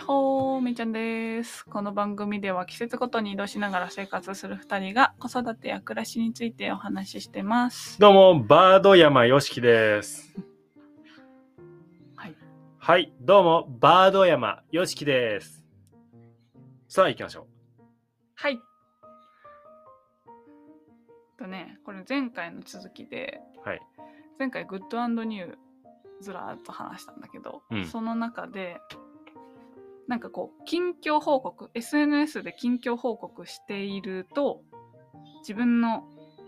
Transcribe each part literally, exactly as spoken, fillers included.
やっほー、みーちゃんです。この番組では季節ごとに移動しながら生活するふたりが子育てや暮らしについてお話ししてます。 どうも、バード山よしきです。 はい。 はい、どうも、バード山よしきです。さあ、行きましょう。 はい。とね、これ前回の続きで、 はい。 前回グッド&ニューずらーっと話したんだけど、 うんその中で、なんかこう近況報告 エスエヌエス で近況報告していると自分の、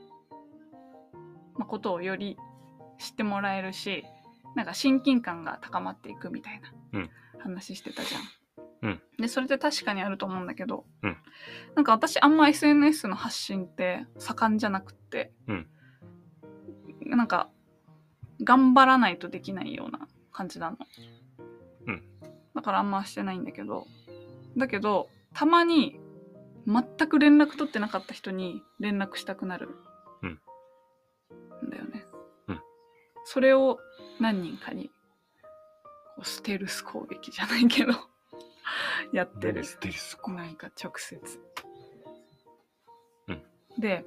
ま、ことをより知ってもらえるし、なんか親近感が高まっていくみたいな話してたじゃん、 うん、 でそれで確かにあると思うんだけど、 うん、 なんか私あんま エスエヌエス の発信って盛んじゃなくって、 うん、 なんか頑張らないとできないような感じなの、 うん、 だからあんましてないんだけど、だけどたまに全く連絡取ってなかった人に連絡したくなるんだよね、 うん、 それを何人かにステルス攻撃じゃないけどやってる。 ステルス攻撃、 なんか直接、 うん、 で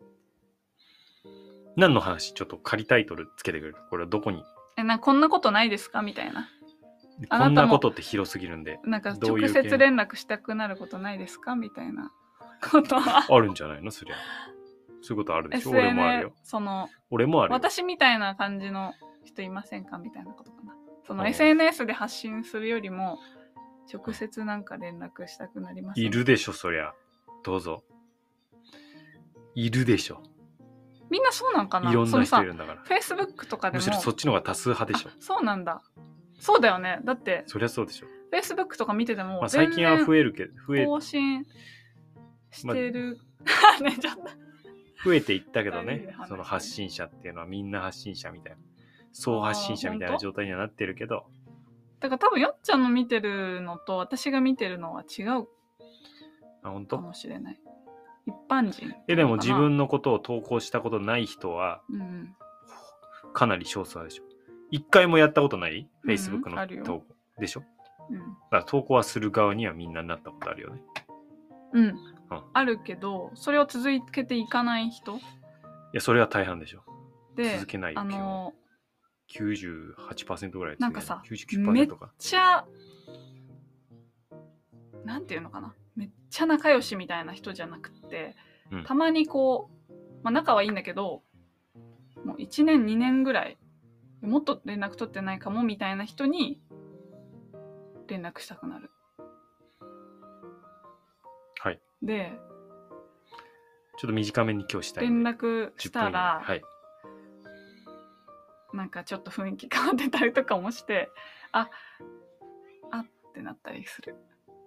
何の話？ちょっと仮タイトルつけてくれる？これはどこに？ えなんかこんなことないですかみたいな。 こんなことって広すぎるんで、 なんか直接連絡したくなることないですかみたいなことはあるんじゃないの？そりゃそういうことあるでしょ。 エスエヌエス俺もあるよ。 その俺もあるよ。 私みたいな感じの人いませんかみたいなことかな。その エスエヌエス で発信するよりも直接なんか連絡したくなります、ね、 いるでしょ、そりゃ。どうぞ。いるでしょ。 みんなそうなんかな。 いろんな人いるんだから。 Facebook とかでもむしろそっちの方が多数派でしょ。 そうなんだ。そうだよね。だってそりゃそうでしょ。 Facebook とか見てても、 まあ、最近は増えるけど、増え更新してる、まあね、ちょっと増えていったけどね。その発信者っていうのはみんな発信者みたいな、総発信者みたいな状態にはなってるけど、 だから多分よっちゃんの見てるのと私が見てるのは違うかもしれない。一般人。 えでも自分のことを投稿したことない人は、うん、かなり少数派でしょ。一回もやったことない、うん、Facebook の投稿でしょ、うん、だから投稿はする側にはみんななったことあるよね。 うん、うん、あるけどそれを続けていかない人、いやそれは大半でしょ。 で続けないよ。あのー、きゅうじゅうはちパーセント ぐらい、ね、 なんかさ、 きゅうじゅうきゅうパーセント かめっちゃなんていうのかな、めっちゃ仲良しみたいな人じゃなくって、うん、たまにこう、まあ、仲はいいんだけどもういちねんにねんぐらいもっと連絡取ってないかもみたいな人に連絡したくなる。 はい。 でちょっと短めに今日したい連絡したら、 はい、 なんかちょっと雰囲気変わってたりとかもして、ああってなったりする。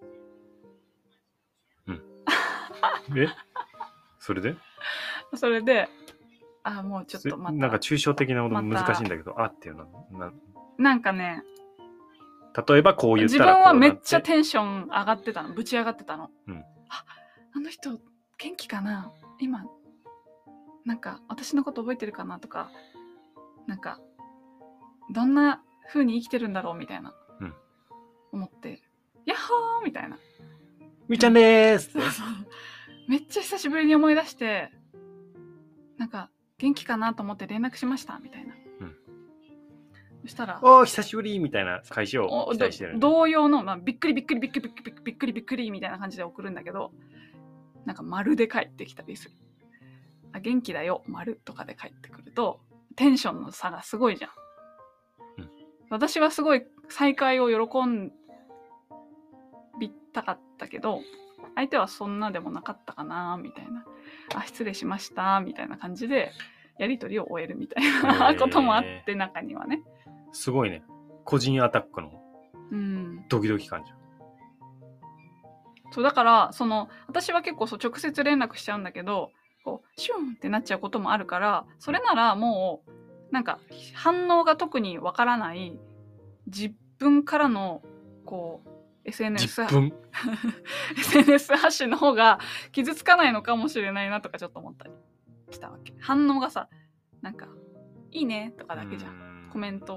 うんえそれでそれであもうちょっとまたなんか抽象的なこと難しいんだけど、ま、あっていうのは な, なんかね、 例えばこう言ったらこうなって、 自分はめっちゃテンション上がってたの、ぶち上がってたの、うん、ああの人元気かな、今なんか私のこと覚えてるかなとか、なんかどんな風に生きてるんだろうみたいな、うん、思って、ヤッホーみたいな、 みーちゃんでーすめっちゃ久しぶりに思い出して、なんか元気かなと思って連絡しましたみたいな、うん、そしたらおー久しぶりみたいな返しを期待してる、ね、 同様の、まあ、びっくりびっくりびっくりびっくりびっくりびっくりみたいな感じで送るんだけど、なんか丸で返ってきたりする。あ元気だよ丸とかで返ってくるとテンションの差がすごいじゃん、うん、私はすごい再会を喜んびたかったけど相手はそんなでもなかったかなみたいな、あ失礼しましたみたいな感じでやり取りを終えるみたいなこともあって、えー、中にはね、 すごいね、個人アタックのドキドキ感じゃん、 うん、そうだからその私は結構そう直接連絡しちゃうんだけど、こうシュンってなっちゃうこともあるから、それならもうなんか反応が特にわからない自分からのこう エスエヌエス エスエヌエス 発信の方が傷つかないのかもしれないなとかちょっと思ったりしたわけ。反応がさ、なんかいいねとかだけじゃん、コメント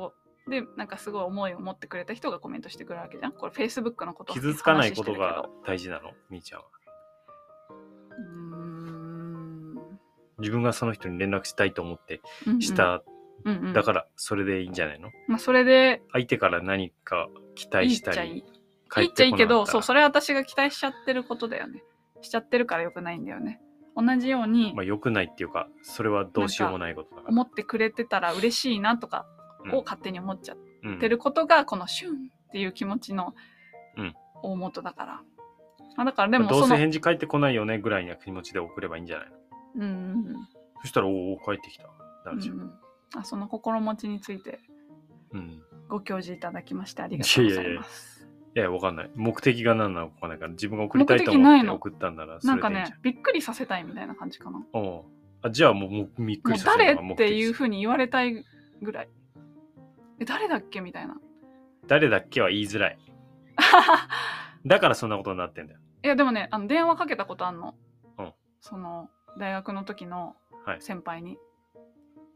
でなんかすごい思いを持ってくれた人がコメントしてくれるわけじゃん。これ Facebook のこと傷つかないことが大事なの、みーちゃんは。 うーん、 自分がその人に連絡したいと思ってした、うんうん、だからそれでいいんじゃないの？ まあそれで相手から何か期待したり、 いいっちゃいい、いいっちゃいいけど、そう、それは私が期待しちゃってることだよね。しちゃってるから良くないんだよね。同じように、 まあ良くないっていうか、それはどうしようもないことだから。 思ってくれてたら嬉しいなとかを勝手に思っちゃってることが、このシュンっていう気持ちの大元だから。あ、だからでもその、 どうせ返事返ってこないよねぐらいな気持ちで送ればいいんじゃないの？うんうんうん。そしたら、おお、返ってきた。なるじゃん。うんうん、 あ、その心持ちについて、ご教示いただきましてありがとうございます。いやいやいやいや、わかんない。目的が何なのかわかんないから、自分が送りたいと思って送ったんなら、 それでいいんじゃん。なんかね、びっくりさせたいみたいな感じかな。 おあ、じゃあもう、もうびっくりさせるのが目的。もう誰っていう風に言われたいぐらい。え、誰だっけみたいな。 誰だっけは言いづらい。だからそんなことになってんだよ。 いや、でもね、あの電話かけたことあんの。うん。その、大学の時の先輩に。はい、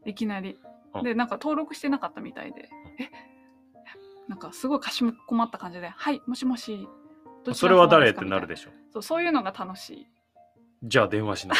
いきなり。で、なんか登録してなかったみたいで。うん、えなんかすごいかしこまった感じで、はい、もしもし、 どちら様ですか？それは誰ってなるでしょ。 そう、そういうのが楽しい。 じゃあ電話しな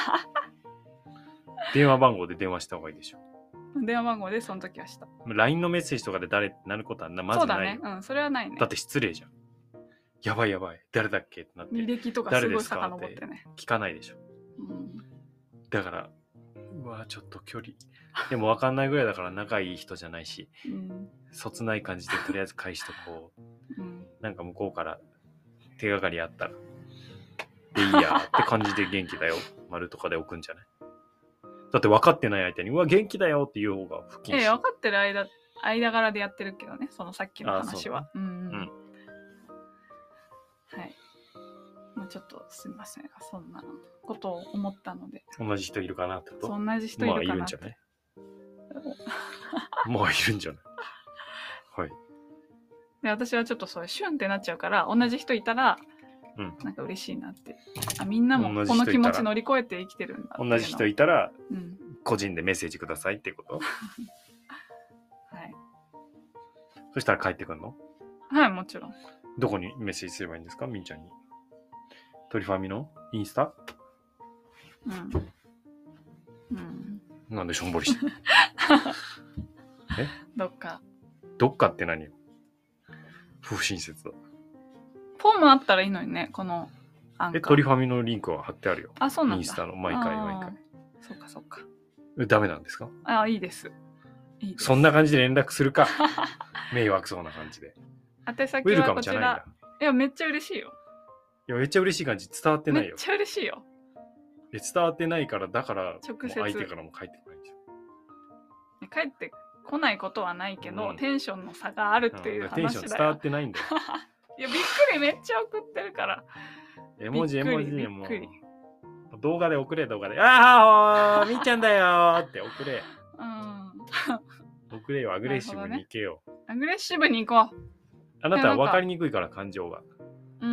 電話番号で電話した方がいいでしょ。 電話番号でその時はした。 ライン のメッセージとかで誰ってなることはまずない。そうだね。うん、それはないね。 だって失礼じゃん。やばいやばい、誰だっけってなって。 履歴とかすごい遡ってね。 聞かないでしょ。うん、だから、うわちょっと距離。でも分かんないぐらいだから仲いい人じゃないし、うん、そつない感じでとりあえず返しとこう、うん、なんか向こうから手がかりあったらでいいやって感じで元気だよ丸とかで置くんじゃない？だって分かってない相手にうわ元気だよっていう方が不謹慎。 ええ、分かってる間間柄でやってるけどね、そのさっきの話は。うんうん、うん、はい。まあちょっとすみません、そんなことを思ったので。 同じ人いるかなってこと？ そう、同じ人いるかなって。 まあいるんじゃない？まあいるんじゃない？はい。 で、私はちょっとそれシュンってなっちゃうから同じ人いたら、うん、なんか嬉しいなって。あ、みんなもこの気持ち乗り越えて生きてるんだ。 同じ人いたら、うん、個人でメッセージくださいっていうことはい。 そしたら帰ってくんの？ はい、もちろん。 どこにメッセージすればいいんですか、みんちゃんに？トリファミのインスタ？うん。うん。なんでしょんぼりしてえ？ どっか。 どっかって何よ？不親切だ。 フォームあったらいいのにね、このアンカー。え、トリファミのリンクは貼ってあるよ。 あ、そうなんだ。 インスタの毎回毎回。 そうかそうか。 ダメなんですか？ あ、いいです。いいです。 そんな感じで連絡するか。迷惑そうな感じで。 宛先はこちら。いや、めっちゃ嬉しいよ。 いや、めっちゃ嬉しい感じ伝わってないよ。 めっちゃ嬉しいよ。 え、伝わってないから、だから直接相手からも返ってこないんですよ。 返ってこないことはないけど、うん、テンションの差があるっていう話だよ。 テンション伝わってないんだよ。 いや、びっくりめっちゃ送ってるから。 絵文字絵文字でもう動画で送れ動画で。ああ、みーちゃんだよって送れ。うん。送れよ、アグレッシブに行けよ、 ね。アグレッシブに行こう。 あなたは分かりにくいから感情が。 うん、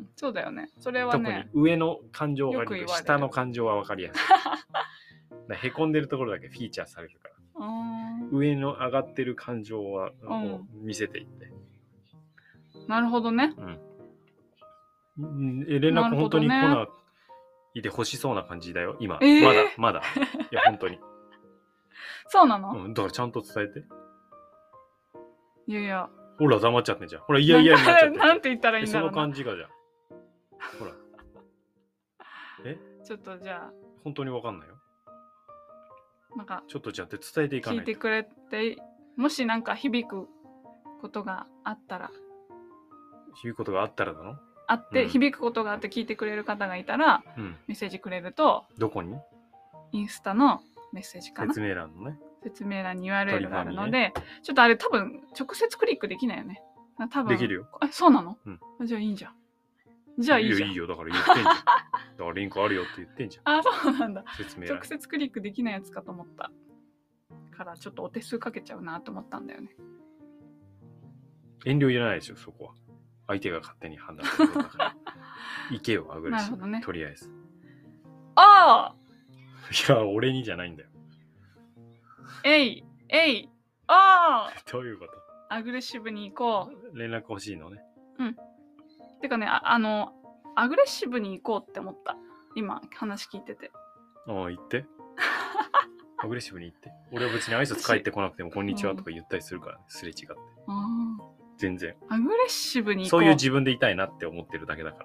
そうだよね。それはね。 特に上の感情が分かりにくい。下の感情は分かりやすい。へこんでるところだけフィーチャーされるから。上の上がってる感情は、うん、見せていって。 なるほどね。 うん。え、連絡本当に来ないで欲しそうな感じだよ、今。えー、まだ、まだ。いや、本当に。 そうなの？ うん、だからちゃんと伝えて。 いやいや。 ほら、黙っちゃってんじゃん。ほら、いやいやになっちゃってんじゃん。 なんて言ったらいいんだろうな。 その感じがじゃん。ほら。え？ ちょっとじゃあ。 本当にわかんないよ。 なんかちょっとじゃあって伝えていかないと。 聞いてくれて、もしなんか響くことがあったら。 響くことがあったらだの？ あって、うん、響くことがあって聞いてくれる方がいたら、うん、メッセージくれると。 どこに？ インスタのメッセージかな。 説明欄のね。 説明欄に ユーアールエル があるので、ね、ちょっとあれ多分直接クリックできないよね。多分できるよ。 え、そうなの？うん、じゃあいいんじゃん。じゃあいいじゃん。 いいよ、いいよ。だから言ってんじゃん。だからリンクあるよって言ってんじゃん。 あ、そうなんだ。 説明欄。直接クリックできないやつかと思った。からちょっとお手数かけちゃうなと思ったんだよね。 遠慮いらないですよ、そこは。相手が勝手に判断するから。行けよ、アグレッシブ。なるほどね。とりあえず。 ああ。 いや、俺にじゃないんだよ。 えい、えい。 ああどういうこと？ アグレッシブに行こう。連絡欲しいのね。 うん。てかね、あ、あの、アグレッシブに行こうって思った。今、話聞いてて。 ああ、言って。アグレッシブに言って。俺は別に挨拶返ってこなくても、こんにちはとか言ったりするからね、すれ違って。 あ全然。 アグレッシブに行こう。 そういう自分でいたいなって思ってるだけだから。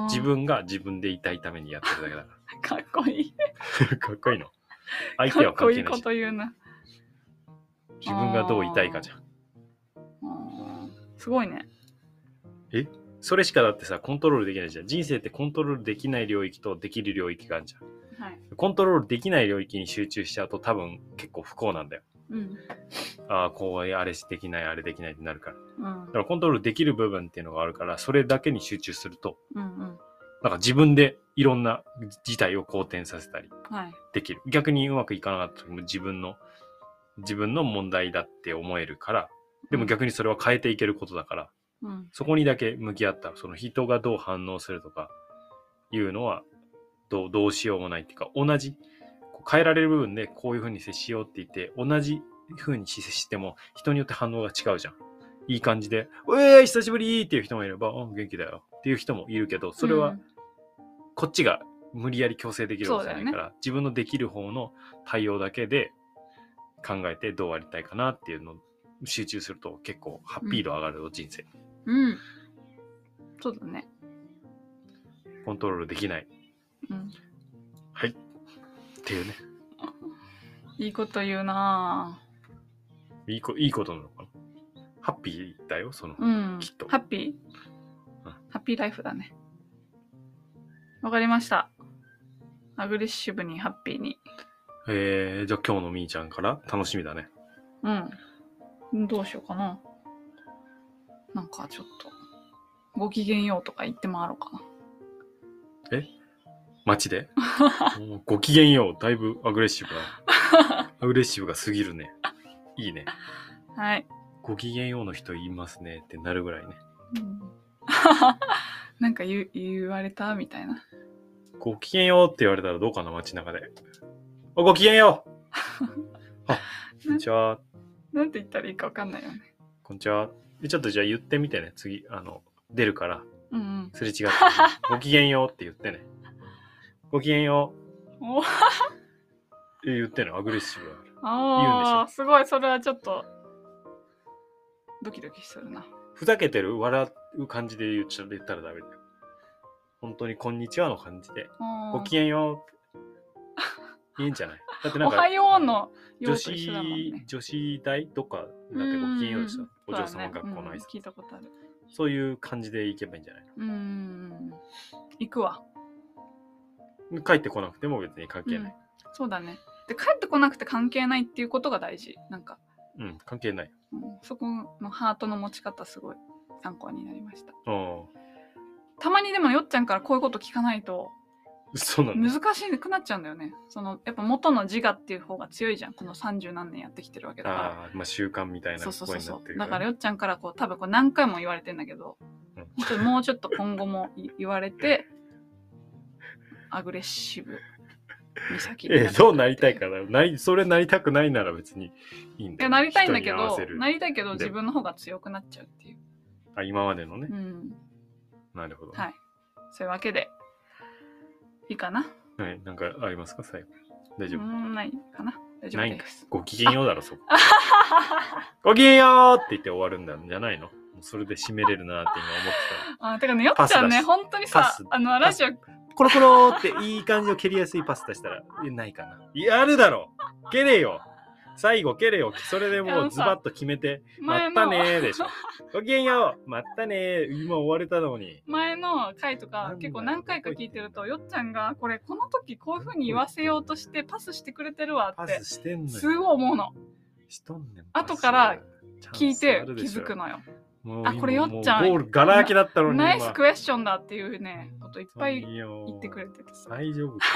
自分が自分でいたいためにやってるだけだから。 かっこいい。 かっこいいの。相手は関係ないし。 かっこいいこと言うな。 自分がどういたいかじゃん。 すごいね。 えそれしかだってさ、コントロールできないじゃん。人生ってコントロールできない領域とできる領域があるじゃん。はい、コントロールできない領域に集中しちゃうと多分結構不幸なんだよ。うん、ああ、こうあれできない、あれできないってなるから。うん、だからコントロールできる部分っていうのがあるから、それだけに集中すると、うんうん、なんか自分でいろんな事態を好転させたりできる。はい、逆にうまくいかなかった時も自分の自分の問題だって思えるから、でも逆にそれは変えていけることだから、うん、そこにだけ向き合ったら、その人がどう反応するとかいうのはどう、どうしようもないっていうか、同じこう変えられる部分でこういう風に接しようって言って同じ風に接しても人によって反応が違うじゃん。いい感じで「うえー久しぶり!」っていう人もいれば「うん元気だよ」っていう人もいるけど、それはこっちが無理やり強制できるわけじゃないから、ね、自分のできる方の対応だけで考えてどうありたいかなっていうのを集中すると結構ハッピー度上がるよ、うん、人生。 うん。そうだね。 コントロールできない。うん。はい。っていうね。 いいこと言うなぁ。 いいこ、いいことなのかな。ハッピーだよ、その、 うん、きっと。ハッピー、うん、ハッピーライフだね。わかりました。アグレッシブにハッピーに。 えー、じゃあ今日のみーちゃんから楽しみだね。 うん。どうしようかな。なんかちょっと、ごきげんようとか言って回ろうかな。 え街でごきげんよう、だいぶアグレッシブだ。アグレッシブが過ぎるね。いいね。 はい。 ごきげんようの人言いますねってなるぐらいね。うん、 なんか 言, 言われたみたいな。 ごきげんようって言われたらどうかな、街中で。おごきげんようあ、こんにちは。 なんて言ったらいいか分かんないよね。 こんにちは。ちょっとじゃあ言ってみてね。次、あの、出るから。うんうん。すれ違って。ごきげんようって言ってね。ごきげんよう。お言ってね。アグレッシブだから。 ああ。言うんでしょ。すごい、それはちょっと、ドキドキするな。 ふざけてる、笑う感じで言っちゃったらダメだよ。本当にこんにちはの感じで。ごきげんよう。いいんじゃない？だってなんか。 おはようの女子、女子大どっかだってごきげんようでした。お嬢様学校の挨拶、ね、 聞いたことある。 そういう感じで行けばいいんじゃないの？ うーん。行くわ。 帰ってこなくても別に関係ない。うん、 そうだね。で、帰ってこなくて関係ないっていうことが大事。なんか。 うん、関係ない。 うん、そこのハートの持ち方すごい参考になりました。たまにでもよっちゃんからこういうこと聞かないとそうなの？ 難しくなっちゃうんだよね。そのやっぱ元の自我っていう方が強いじゃん。この三十何年やってきてるわけだから。 ああ、まあ習慣みたいな声になってるから。そうそうそうそう。だからよっちゃんからこう多分こう何回も言われてんだけど、うん、もうちょっと今後も言われてアグレッシブに先にえどうなりたいかな。なりそれなりたくないなら別にいいんだよ。 いやなりたいんだけど、なりたいけど自分の方が強くなっちゃうっていう。 あ、今までのね。 うん。 なるほど。 はい。そういうわけでいいかな。 はい、なんかありますか最後。大丈夫？ うん、ないかな。大丈夫です。 ごきげんようだろそこ。ごきげんようって言って終わるんだんじゃないの？もうそれで締めれるなって今思ってた。あ、てかねよっちゃんね本当にさあのラジオコロコロっていい感じの蹴りやすいパス出したらないかな。やるだろ。蹴れよ。最後蹴れよ。それでもうズバッと決めてまったねーでしょ。ごきげんようまったねー。今終われたのに。 前の回とか結構何回か聞いてるとよっちゃんがこれこの時こういう風に言わせようとしてパスしてくれてるわってすごい思うの。 しとんねん。 後から聞いて気づくのよ。あ、これよっちゃんゴールガラ空きだったのにナイスクエスチョンだっていうねこといっぱい言ってくれててさ。 大丈夫か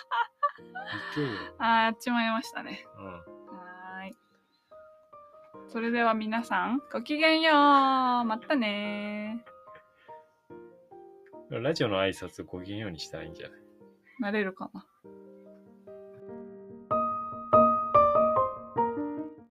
あーやっちまいましたね。うん、はい。それでは皆さんごきげんよう。またねー。ラジオの挨拶ごきげんようにしたらいいんじゃない？ なれるかな。